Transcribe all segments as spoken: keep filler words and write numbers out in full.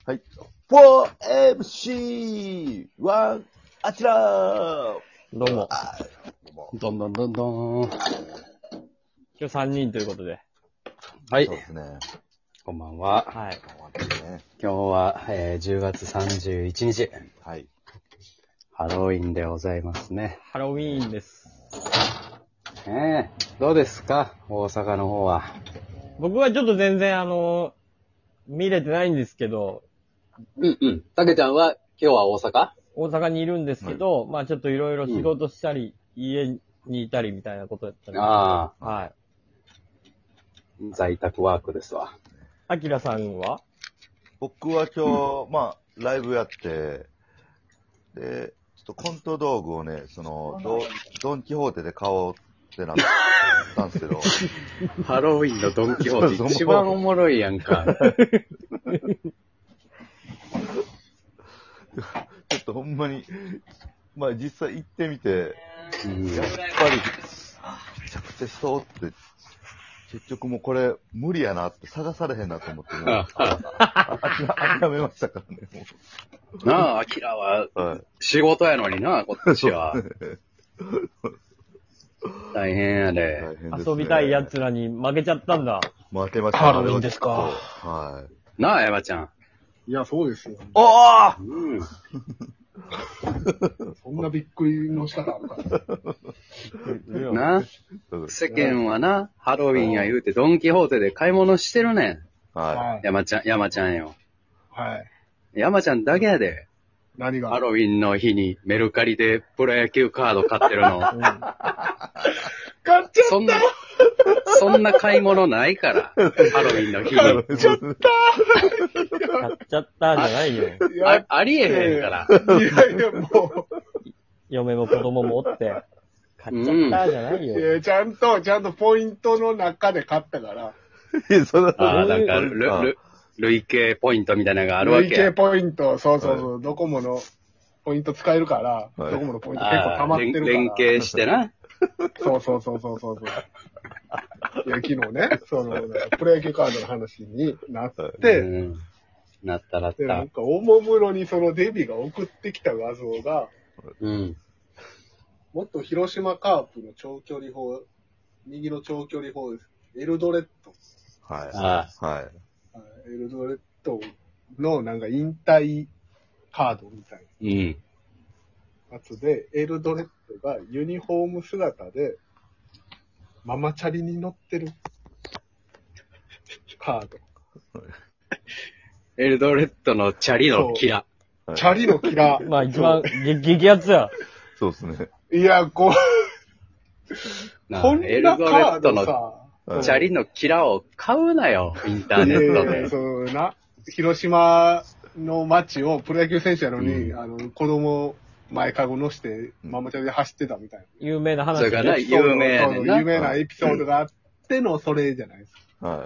はい。フォーエムシーワン あちらーどうも。 どんどんどんどん。 今日さんにんということで。 はい。 そうですね。 こんばんは。 はい。 今日は、えー、じゅうがつさんじゅういちにち。 はい。 ハロウィンでございますね。 ハロウィーンです。 えー、どうですか大阪の方は。 僕はちょっと全然あの、見れてないんですけど。 うんうん。たけちゃんは今日は大阪大阪にいるんですけど、うん、まあちょっといろいろ仕事したり、うん、家にいたりみたいなことやったんですけど。 ああ。 はい。 在宅ワークですわ。 あきらさんは僕は今日、まあ、ライブやって、で、ちょっとコント道具をね、その、ドドンキホーテで買おうってなったんですけど。 ハロウィンのドンキホーテ一番おもろいやんか。 ちょっとほんまに、まあ実際行ってみて、 うん、 やっぱり、めちゃくちゃ人って、結局もうこれ無理やなって探されへんなと思って、もう諦めましたからね、もう。なあ、アキラは、仕事やのにな、こっちは。大変やで。 大変ですね。遊びたい奴らに負けちゃったんだ。 負けました。 ハロウィンですか。 はい。 なあ、山ちゃん。 いや、そうですよ。 おーうん。 そんなびっくりの仕方あるからな。世間はな、ハロウィンや言うてドンキホーテで買い物してるねん。 はい。 山ちゃん、山ちゃんよ。 はい。 山ちゃんだけやで。 何がハロウィンの日にメルカリでプロ野球カード買ってるの。うん、 買っちゃったそんな、そんな買い物ないから。ハロウィンの日に。 買っちゃった買っちゃったじゃないよ。 あ、ありえへんから。 いやいや、もう。 嫁も子供もおって、買っちゃったじゃないよ。 いや、ちゃんと、ちゃんとポイントの中で買ったから。 いや、その、 ああ、なんか、ル、ル、累計ポイントみたいなのがあるわけや。 累計ポイント、そうそうそう、はい、ドコモのポイント使えるから、はい、ドコモのポイント結構溜まってるから。 連携してな。 そうそうそうそうそう。いや、昨日ね、その、プロ野球カードの話になって、 うん、なったなった。 で、なんか、おもむろにそのデビが送ってきた画像が、 うん。 もっと広島カープの長距離砲、右の長距離砲です。エルドレッド。 はい。 ああはい。 エルドレッドのなんか引退カードみたいなやつで、うん、エルドレッドがユニフォーム姿でママチャリに乗ってるカード。 エルドレッドのチャリのキラ。 チャリのキラ。 まあ一番激アツや。 そうですね。 いや、こう、こんなカードさ。 チャリのキラを買うなよ、インターネットで。 えー、そうな、広島の街をプロ野球選手やのに、うん、あの、子供前かご乗して、ママチャリで走ってたみたいな。 有名な話。 それがな、有名やねんな。 有名なエピソードがあってのそれじゃないですか。はい。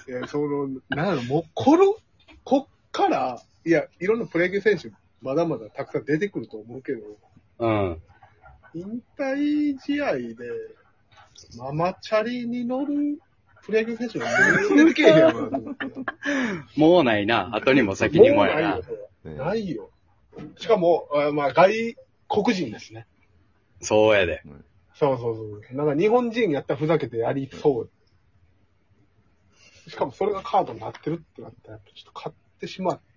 いや、その、なんやろ、もう、この、こっから、いや、いろんなプロ野球選手、まだまだたくさん出てくると思うけど、 うん。 引退試合で、ママチャリに乗るプロ野球選手が出てけえへんやろな。 もうないな。後にも先にもやな。 もうないよ。ないよ。しかも、あまあ、外国人ですね。 そうやで。 そうそうそう。なんか日本人やったらふざけてやりそう。しかもそれがカードになってるってなったら、ちょっと買ってしまって、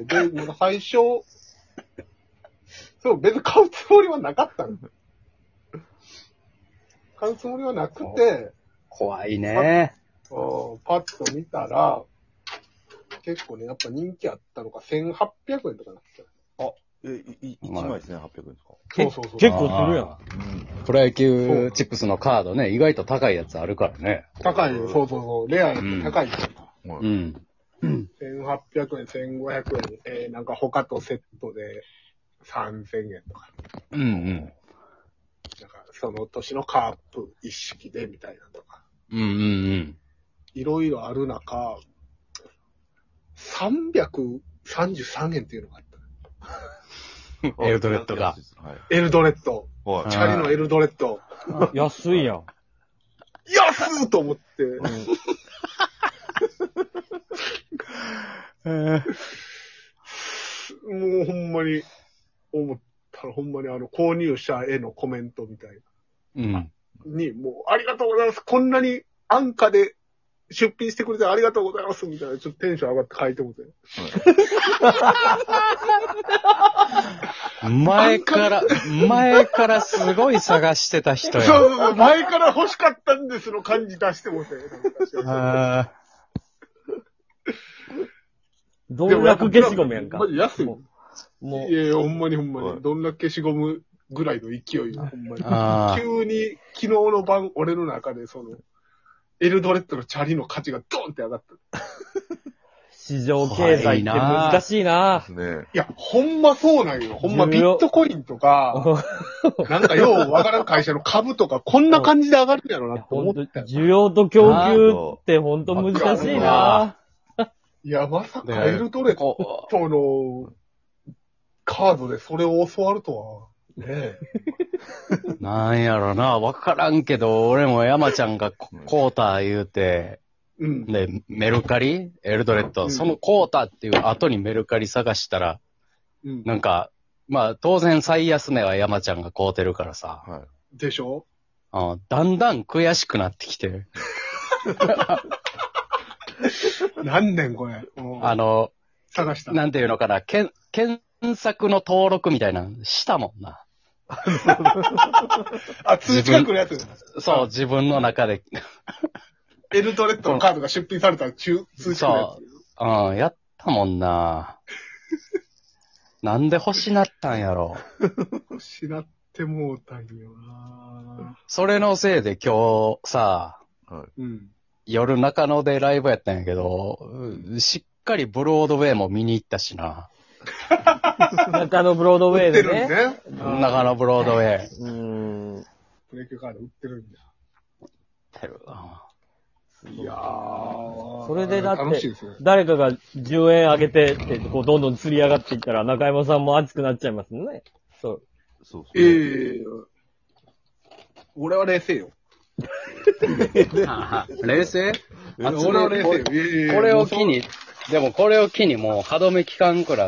で、なんか最初、そう、別に買うつもりはなかったの。買うつもりはなくて、 怖いね。 パッ、パッと見たら、結構ね、やっぱ人気あったのがせんはっぴゃくえんとかなってた。あ、え、い、いちまいせんはっぴゃくえんですか？ そうそうそう。 結構するやん。 プロ野球チップスのカードね、意外と高いやつあるからね。 高いよ、そうそうそう。レアやつ高いよ。 うん。 せんはっぴゃくえん、せんごひゃくえん、えー、なんか他とセットでさんぜんえんとか。 うんうん。 なんかその年のカープ一式でみたいなとか。 うんうんうん。 いろいろある中、さんびゃくさんじゅうさんえんっていうのがあった。 エルドレッドが。 エルドレッド。チャリのエルドレッド。 安いやん。 安ーと思って。うんもうほんまに、思ったらほんまにあの、購入者へのコメントみたいな。うん。に、もう、ありがとうございます。こんなに安価で出品してくれてありがとうございます。みたいな、ちょっとテンション上がって書いてもて。 前から、前からすごい探してた人や。 そうそうそう、前から欲しかったんですの感じ出してもて。 あどんな消しゴムやんか。 マジ安い。ももう。いやいや、ほんまにほんまに。どんな消しゴムぐらいの勢いな、ほんまに。急に、昨日の晩、俺の中で、その、エルドレッドのチャリの価値がドーンって上がった。 市場経済って難しいな。 ね。 いや、ほんまそうなんよ。ほんまビットコインとか、なんかようわからん会社の株とか、こんな感じで上がるんやろなって思ったよ。 需要と供給ってほんと難しいな。 いや、まさかエルドレッドのカードでそれを教わるとは。ねえ。 なんやろな、わからんけど、俺も山ちゃんがコーター言うて、 うん、 で、メルカリエルドレッド、うん、そのコーターっていう後にメルカリ探したら、うん、なんか、まあ当然最安値は山ちゃんが買うてるからさ。 はい、でしょあだんだん悔しくなってきて。 何年これあの、 探した。 なんていうのかな、けん検索の登録みたいなのしたもんな。 あ、通知が来るやつ。 そう、自分の中で。 エルドレッドのカードが出品されたら通知来るやつ。 そう。うん、やったもんな。なんで欲しなったんやろ。 欲しなってもうたんよな。 それのせいで今日さ、 うん、 夜中野でライブやったんやけど、しっかりブロードウェイも見に行ったしな。 中野ブロードウェイでね。 ね中野ブロードウェイ。 うーん。 プレキューカード売ってるんだ。 売ってる。 いやー。 それでだって、 ね、 誰かがじゅうえん上げてって、こう、どんどん釣り上がっていったら、中山さんも熱くなっちゃいますね。そう。 そうそう。 ええー。俺は冷静よ。 冷静俺は冷静よ。 これを機に、でもこれを機にもう歯止め期間くらって、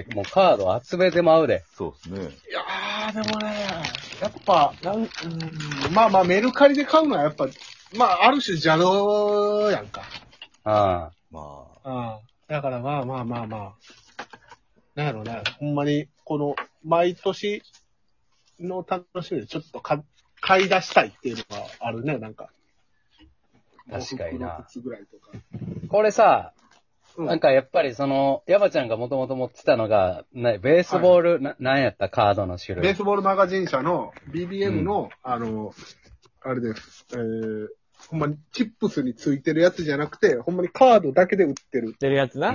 もうカード集めてまうで。 そうですね。 いやー、でもね、やっぱ、なんうんまあまあメルカリで買うのはやっぱ、まあある種邪道やんか。 ああ。 まあ。 ああ。だからまあまあまあまあ。なんやろね、ほんまに、この、毎年の楽しみでちょっとか買い出したいっていうのがあるね、なんか。 確かにな。 ぐらいとかこれさ、うん、なんかやっぱりその、山ちゃんがもともと持ってたのが、なベースボール、はい、な、なんやったカードの種類。 ベースボールマガジン社の ビービーエム の、うん、あの、あれです。えー、ほんまにチップスについてるやつじゃなくて、ほんまにカードだけで売ってる。売ってるやつな。 うんうん。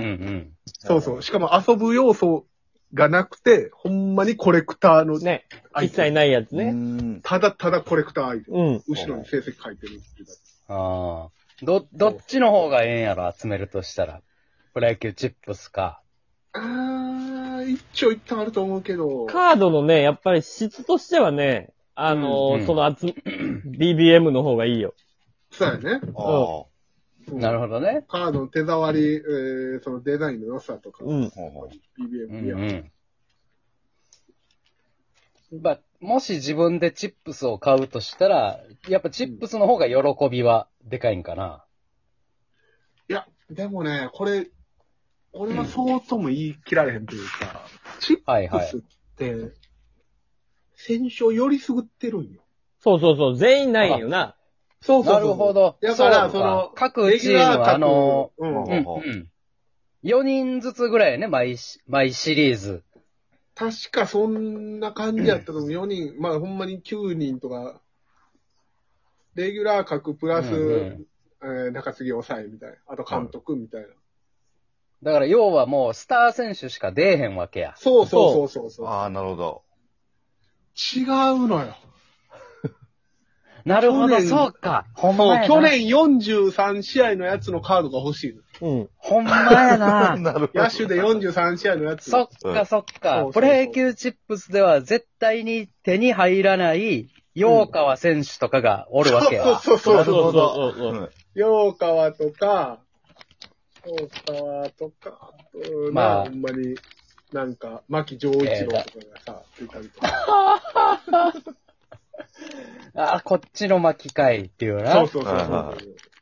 そうそう。しかも遊ぶ要素がなくて、ほんまにコレクターの。 ね。一切ないやつね。 ただただコレクターアイテム。 うん。 後ろに成績書いてるっていう。 ああ。ど、どっちの方がええんやろ、集めるとしたら。プロ野球チップスか。 あー、一長一短あると思うけど。 カードのね、やっぱり質としてはね、あのーうんうん、その集、ビービーエム の方がいいよ。 そうやね。 あうん。なるほどね。 カードの手触り、えー、そのデザインの良さとか。 うん。 ビービーエム には。うんうん。まあ、もし自分でチップスを買うとしたら、やっぱチップスの方が喜びはでかいんかな。 いや、でもね、これ、俺はそうとも言い切られへんというか、うん、チップスって、選手をよりすぐってるんよ。 そうそうそう、全員ないよな。 そうそうそう。 なるほど。 だから、その、 各チームは、あの、うん、うん、うん。よにんずつぐらいね、毎、毎シリーズ。 確かそんな感じやったと思う。よにん、まあほんまにきゅうにんとか、レギュラー格プラス、うんうんえー、中継ぎ抑えみたいな。あと監督みたいな。 だから要はもうスター選手しか出えへんわけや。 そうそうそうそうそう。 ああ、なるほど。 違うのよ。 なるほど、そうか。ほんまやな。 去年よんじゅうさんしあいのやつのカードが欲しいの。 うん。 ほんまやな。 なるほど。 野手でよんじゅうさんしあいのやつ。 そっかそっか。プロ野球チップスでは絶対に手に入らない陽川選手とかがおるわけや。 そうそうそうそう。 そうそうそう。 陽川とか、 大川とか、うん、 まあまあ、ほんまに、なんか、牧丈一郎とかがさ、ついたりとか。 あ、こっちの巻き会っていうな。 そうそうそうそうはいはい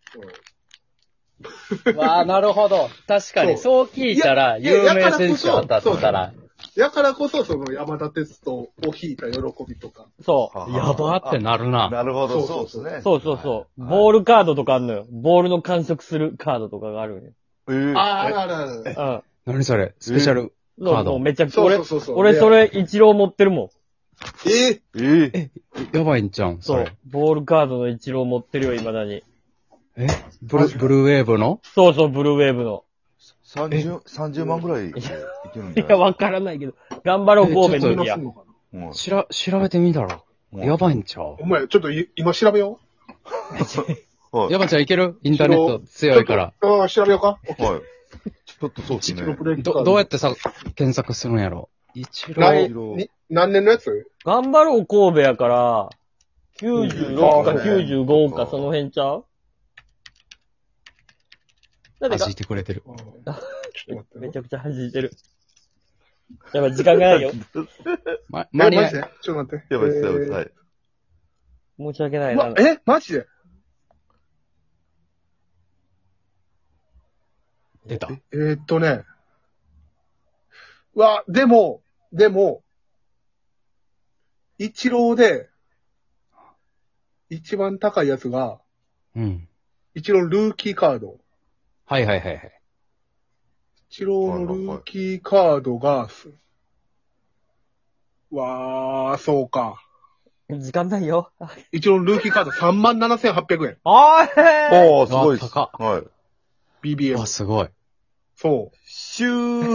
うんわあ、なるほど。確かに、そう聞いたら、 いやいや有名選手当たったら。 やからこそ、その山田哲人を引いた喜びとか。 そう。 はやばーってなるな。 なるほど、 そそううそうそうですね。 そうそうそう。 はいボールカードとかあんのよ。ボールの観測するカードとかがあるんよ。 えーああるあるある。 うん。 何それスペシャルカそうード。 そうめちゃくちゃ、俺そうそう、そうそう。 俺それ一郎持ってるもん。 えええーやばいんちゃうんそそうれ。。 ボールカードの一郎持ってるよ、未だに。 えブル、ブルーウェーブのそうそう、ブルーウェーブの。 さんじゅう、さんじゅうまんぐらいいけるんいや、 じゃないわからないけど。頑張ろう、神戸の時やすん。のかなうんしら、調べてみたら。やばいんちゃうお前、ちょっとい今調べよはい。 山ちゃんいけるインターネット強いから。 う。ああ、調べようか。 はい。ちょっとそうですね。 ど、どうやってさ、検索するんやろ一郎。 何、に何年のやつ頑張ろう、神戸やから、きゅうじゅうろくかきゅうじゅうごか、その辺ちゃうだって弾いてくれてる。 ちょっと待ってめちゃくちゃ弾いてる。やばい、時間がないよ。 ま、 え、 間に合いマジでちょっと待って。 やばいです、やばいです。 えーはい。 申し訳ないうなわ。えマジで出た。 えー、っとね。うわ、でも、でも、一郎で、一番高いやつが、 うん。 一郎ルーキーカード。 はいはいはいはい。 一郎のルーキーカードが、すわー、そうか。 時間ないよ。 一郎のルーキーカードさんまんななせんはっぴゃくえん。 おーいおー、すごいっす。 あ高っはい。 ビービーエムわ、。すごい。 そう。 シュー